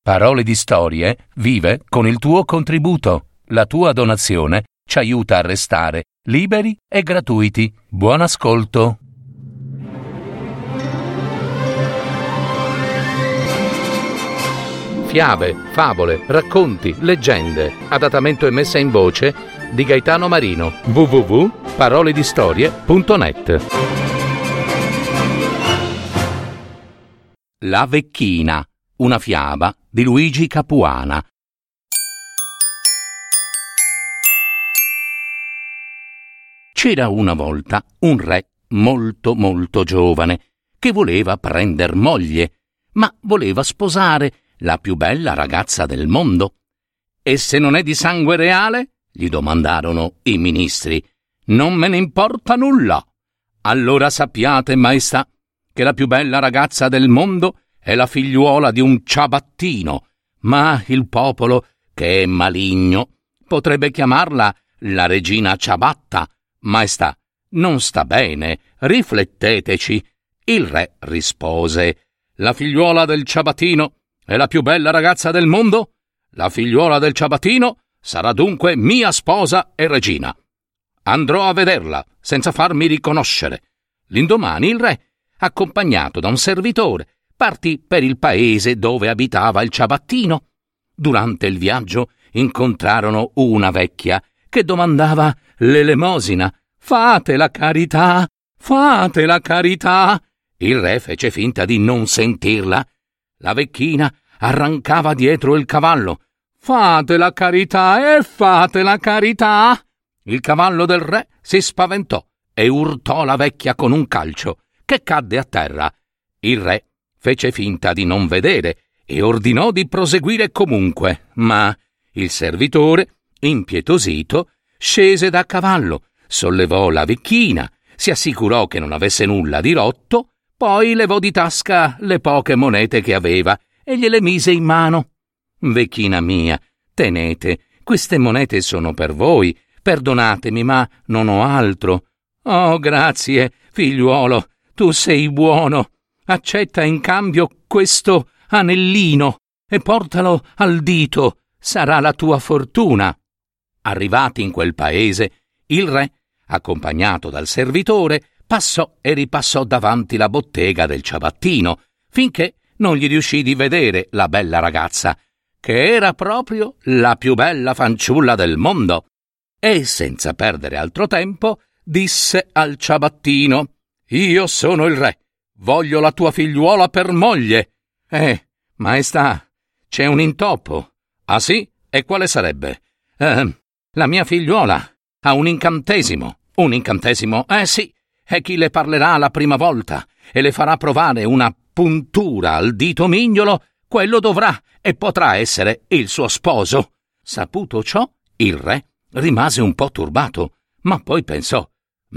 Parole di Storie vive con il tuo contributo. La tua donazione ci aiuta a restare liberi e gratuiti. Buon ascolto. Fiabe, favole, racconti, leggende. Adattamento e messa in voce di Gaetano Marino. www.paroledistorie.net. La vecchina, una fiaba di Luigi Capuana. C'era una volta un re molto giovane che voleva prender moglie, ma voleva sposare la più bella ragazza del mondo. E se non è di sangue reale? Gli domandarono i ministri. Non me ne importa nulla. Allora sappiate, maestà, che la più bella ragazza del mondo è la figliuola di un ciabattino, ma il popolo, che è maligno, potrebbe chiamarla la regina ciabatta. Maestà, non sta bene, rifletteteci. Il re rispose: la figliuola del ciabattino è la più bella ragazza del mondo? La figliuola del ciabattino sarà dunque mia sposa e regina. Andrò a vederla senza farmi riconoscere. L'indomani il re, accompagnato da un servitore, partì per il paese dove abitava il ciabattino. Durante il viaggio incontrarono una vecchia che domandava l'elemosina. Fate la carità, fate la carità. Il re fece finta di non sentirla. La vecchina arrancava dietro il cavallo. Fate la carità e fate la carità. Il cavallo del re si spaventò e urtò la vecchia con un calcio, che cadde a terra. Il re fece finta di non vedere e ordinò di proseguire comunque, ma il servitore, impietosito, scese da cavallo, sollevò la vecchina, si assicurò che non avesse nulla di rotto, poi levò di tasca le poche monete che aveva e gliele mise in mano. Vecchina mia, tenete, queste monete sono per voi, perdonatemi, ma non ho altro. Oh, grazie, figliuolo, tu sei buono. Accetta in cambio questo anellino e portalo al dito, sarà la tua fortuna. Arrivati in quel paese, il re, accompagnato dal servitore, passò e ripassò davanti la bottega del ciabattino, finché non gli riuscì di vedere la bella ragazza, che era proprio la più bella fanciulla del mondo. E senza perdere altro tempo, disse al ciabattino: «Io sono il re, voglio la tua figliuola per moglie». Maestà, c'è un intoppo». «Ah sì? E quale sarebbe?» La mia figliuola ha un incantesimo». «Un incantesimo?» Sì, è chi le parlerà la prima volta e le farà provare una puntura al dito mignolo, quello dovrà e potrà essere il suo sposo». Saputo ciò, il re rimase un po' turbato, ma poi pensò: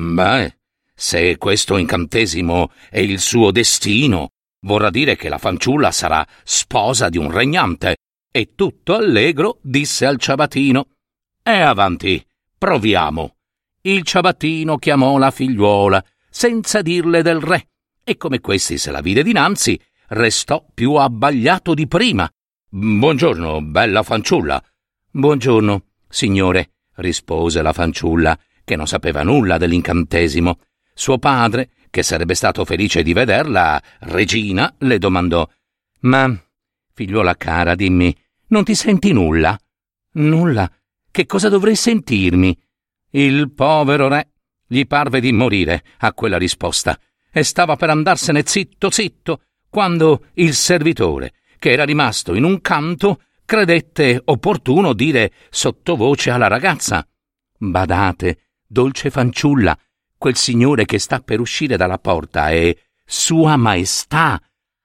se questo incantesimo è il suo destino, vorrà dire che la fanciulla sarà sposa di un regnante. E tutto allegro disse al ciabattino: avanti, proviamo». Il ciabattino chiamò la figliuola senza dirle del re, e come questi se la vide dinanzi, restò più abbagliato di prima. «Buongiorno, bella fanciulla». «Buongiorno, signore», rispose la fanciulla, che non sapeva nulla dell'incantesimo. Suo padre, che sarebbe stato felice di vederla regina, le domandò: «Ma, figliuola cara, dimmi, non ti senti nulla?» «Nulla? Che cosa dovrei sentirmi?» Il povero re gli parve di morire a quella risposta e stava per andarsene zitto quando il servitore, che era rimasto in un canto, credette opportuno dire sottovoce alla ragazza: «Badate, dolce fanciulla, quel signore che sta per uscire dalla porta è Sua Maestà».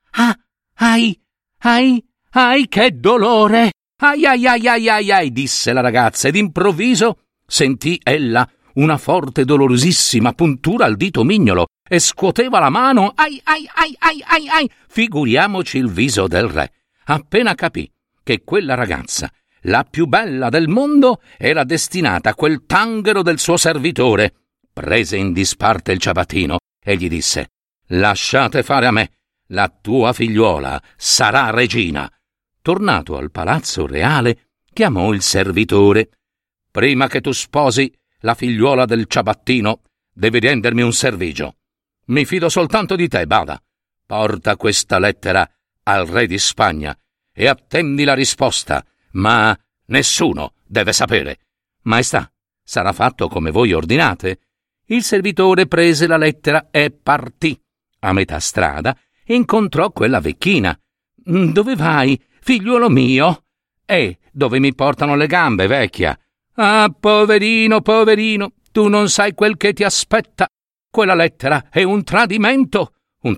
Ai, che dolore! Ai, disse la ragazza, ed improvviso sentì ella una forte dolorosissima puntura al dito mignolo e scuoteva la mano. Ai. Figuriamoci il viso del re appena capì che quella ragazza, la più bella del mondo, era destinata a quel tanghero del suo servitore. Prese in disparte il ciabattino e gli disse: «Lasciate fare a me, la tua figliuola sarà regina». tornato al palazzo reale, chiamò il servitore. «Prima che tu sposi la figliuola del ciabattino, devi rendermi un servigio. Mi fido soltanto di te, bada. Porta questa lettera al re di Spagna e attendi la risposta, ma nessuno deve sapere. Maestà, sarà fatto come voi ordinate». Il servitore prese la lettera e partì. A metà strada incontrò quella vecchina. «Dove vai, figliuolo mio?» Dove mi portano le gambe, vecchia?» «Ah, poverino, poverino, tu non sai quel che ti aspetta. Quella lettera è un tradimento, un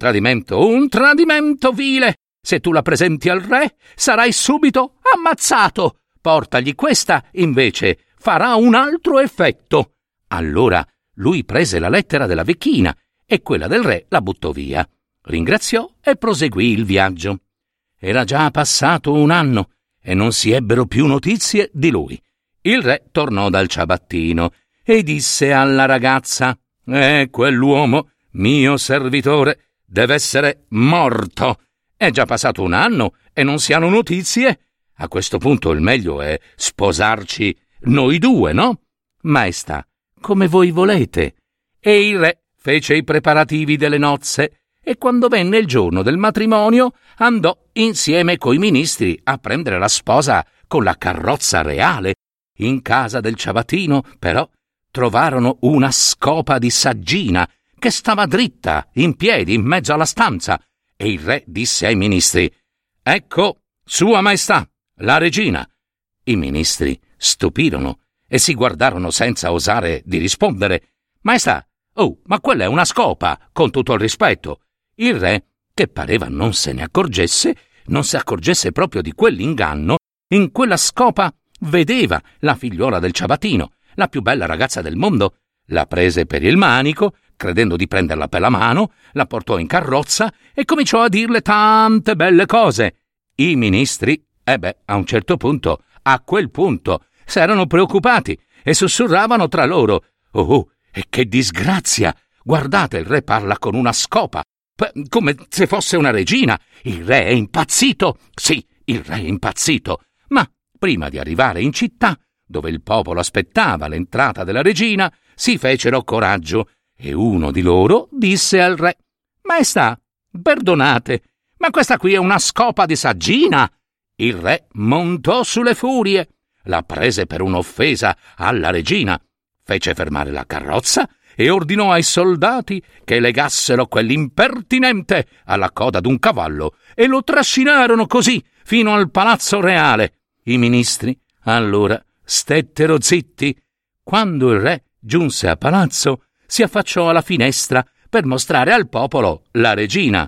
tradimento vile. Se tu la presenti al re, sarai subito ammazzato. Portagli questa, invece, farà un altro effetto». Allora lui prese la lettera della vecchina e quella del re la buttò via. Ringraziò e proseguì il viaggio. Era già passato un anno e non si ebbero più notizie di lui. Il re tornò dal ciabattino e disse alla ragazza: «Quell'uomo, mio servitore, deve essere morto. È già passato un anno e non si hanno notizie. A questo punto il meglio è sposarci noi due, no?» «Maestà, come voi volete». E il re fece i preparativi delle nozze e quando venne il giorno del matrimonio andò insieme coi ministri a prendere la sposa con la carrozza reale. In casa del ciabattino, però, trovarono una scopa di saggina che stava dritta, in piedi, in mezzo alla stanza, e il re disse ai ministri: «Ecco, Sua Maestà, la regina». I ministri stupirono e si guardarono senza osare di rispondere. «Maestà, ma quella è una scopa, con tutto il rispetto». Il re, che pareva non se ne accorgesse, non si accorgesse proprio di quell'inganno, in quella scopa vedeva la figliuola del ciabattino, la più bella ragazza del mondo. La prese per il manico, credendo di prenderla per la mano, la portò in carrozza e cominciò a dirle tante belle cose. I ministri, a un certo punto, a quel punto, s'erano preoccupati e sussurravano tra loro: «Oh, e che disgrazia! Guardate, il re parla con una scopa, come se fosse una regina. Il re è impazzito! Sì, il re è impazzito!» Ma prima di arrivare in città, dove il popolo aspettava l'entrata della regina, si fecero coraggio e uno di loro disse al re: «Maestà, perdonate, ma questa qui è una scopa di saggina». Il re montò sulle furie, la prese per un'offesa alla regina, fece fermare la carrozza e ordinò ai soldati che legassero quell'impertinente alla coda d'un cavallo e lo trascinarono così fino al palazzo reale. I ministri allora stettero zitti. Quando il re giunse a palazzo, si affacciò alla finestra per mostrare al popolo la regina.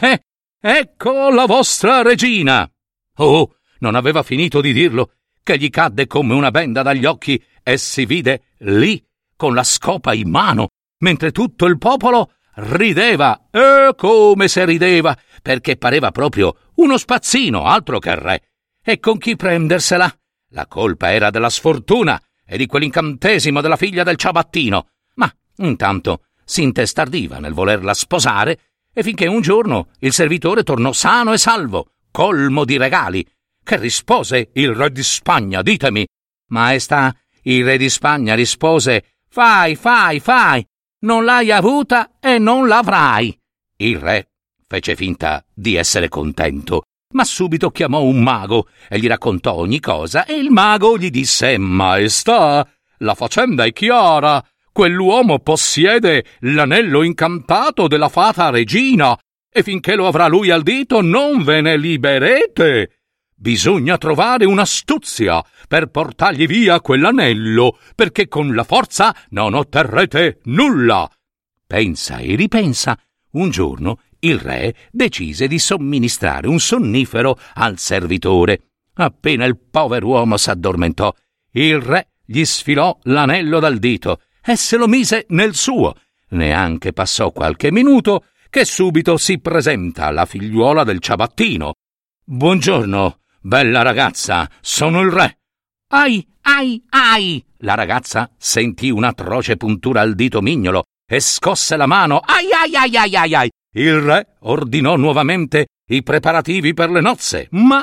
«Ecco la vostra regina!» Oh, non aveva finito di dirlo, che gli cadde come una benda dagli occhi e si vide lì, con la scopa in mano, mentre tutto il popolo rideva, e come se rideva, perché pareva proprio uno spazzino, altro che re. E con chi prendersela? La colpa era della sfortuna e di quell'incantesimo della figlia del ciabattino. Ma intanto si intestardiva nel volerla sposare, e finché un giorno il servitore tornò sano e salvo, colmo di regali. Che rispose il re di Spagna, ditemi? «Maestà, il re di Spagna rispose: fai, non l'hai avuta e non l'avrai». Il re fece finta di essere contento, ma subito chiamò un mago e gli raccontò ogni cosa, e il mago gli disse: «Maestà, la faccenda è chiara. Quell'uomo possiede l'anello incantato della fata regina, e finché lo avrà lui al dito non ve ne liberete. Bisogna trovare un'astuzia per portargli via quell'anello, perché con la forza non otterrete nulla». Pensa e ripensa. Un giorno il re decise di somministrare un sonnifero al servitore. Appena il pover'uomo s'addormentò, il re gli sfilò l'anello dal dito e se lo mise nel suo. Neanche passò qualche minuto che subito si presenta la figliuola del ciabattino. «Buongiorno, bella ragazza, sono il re». «Ai, ai, ai!» La ragazza sentì un'atroce puntura al dito mignolo e scosse la mano. «Ai, ai, ai, ai, ai, ai!» Il re ordinò nuovamente i preparativi per le nozze, ma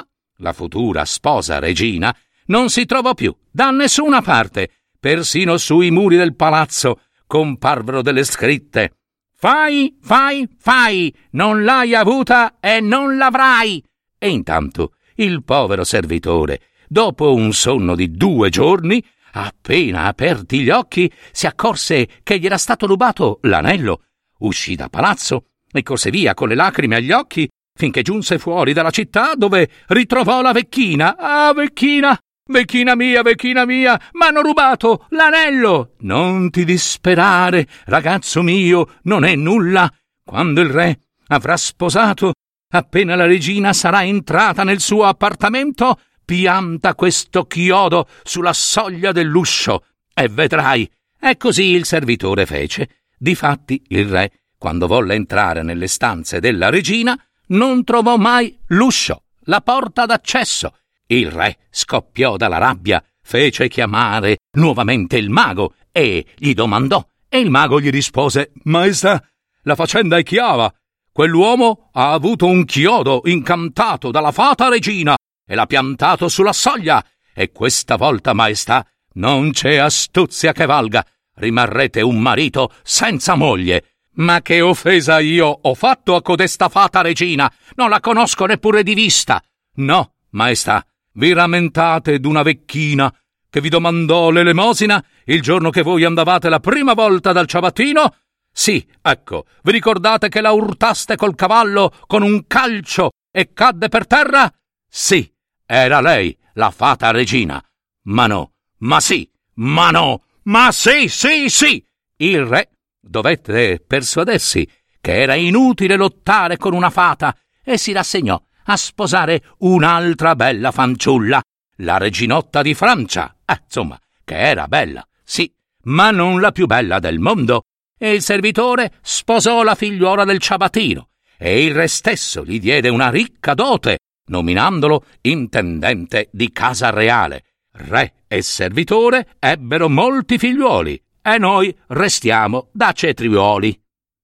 la futura sposa regina, non si trovò più da nessuna parte. Persino sui muri del palazzo comparvero delle scritte: «Fai, fai, fai, non l'hai avuta e non l'avrai». E intanto il povero servitore, dopo un sonno di 2 giorni, appena aperti gli occhi, si accorse che gli era stato rubato l'anello. Uscì da palazzo e corse via con le lacrime agli occhi finché giunse fuori dalla città, dove ritrovò la vecchina. «Ah, vecchina! Vecchina mia, m'hanno rubato l'anello!» «Non ti disperare, ragazzo mio, non è nulla. Quando il re avrà sposato, appena la regina sarà entrata nel suo appartamento, pianta questo chiodo sulla soglia dell'uscio e vedrai». E così il servitore fece. Difatti il re, quando volle entrare nelle stanze della regina, non trovò mai l'uscio, la porta d'accesso. Il re scoppiò dalla rabbia, fece chiamare nuovamente il mago e gli domandò. E il mago gli rispose: «Maestà, la faccenda è chiara. Quell'uomo ha avuto un chiodo incantato dalla fata regina e l'ha piantato sulla soglia. E questa volta, maestà, non c'è astuzia che valga. Rimarrete un marito senza moglie». «Ma che offesa io ho fatto a codesta fata regina? Non la conosco neppure di vista». «No, maestà, vi rammentate d'una vecchina che vi domandò l'elemosina il giorno che voi andavate la prima volta dal ciabattino? Sì, ecco, vi ricordate che la urtaste col cavallo con un calcio e cadde per terra? Sì, era lei, la fata regina». «Ma no, ma sì, ma no, ma sì, sì, sì». Il re dovette persuadersi che era inutile lottare con una fata e si rassegnò a sposare un'altra bella fanciulla, la reginotta di Francia, insomma, che era bella, sì, ma non la più bella del mondo. E il servitore sposò la figliuola del ciabattino e il re stesso gli diede una ricca dote, nominandolo intendente di casa reale. Re e servitore ebbero molti figliuoli e noi restiamo da cetrioli.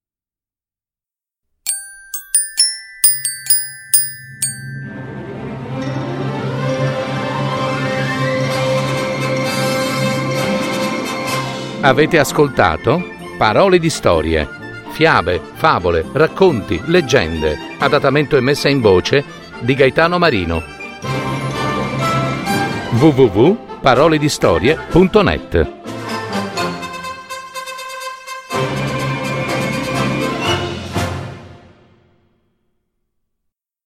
Avete ascoltato Parole di storie, fiabe, favole, racconti, leggende, adattamento e messa in voce di Gaetano Marino. www.paroledistorie.net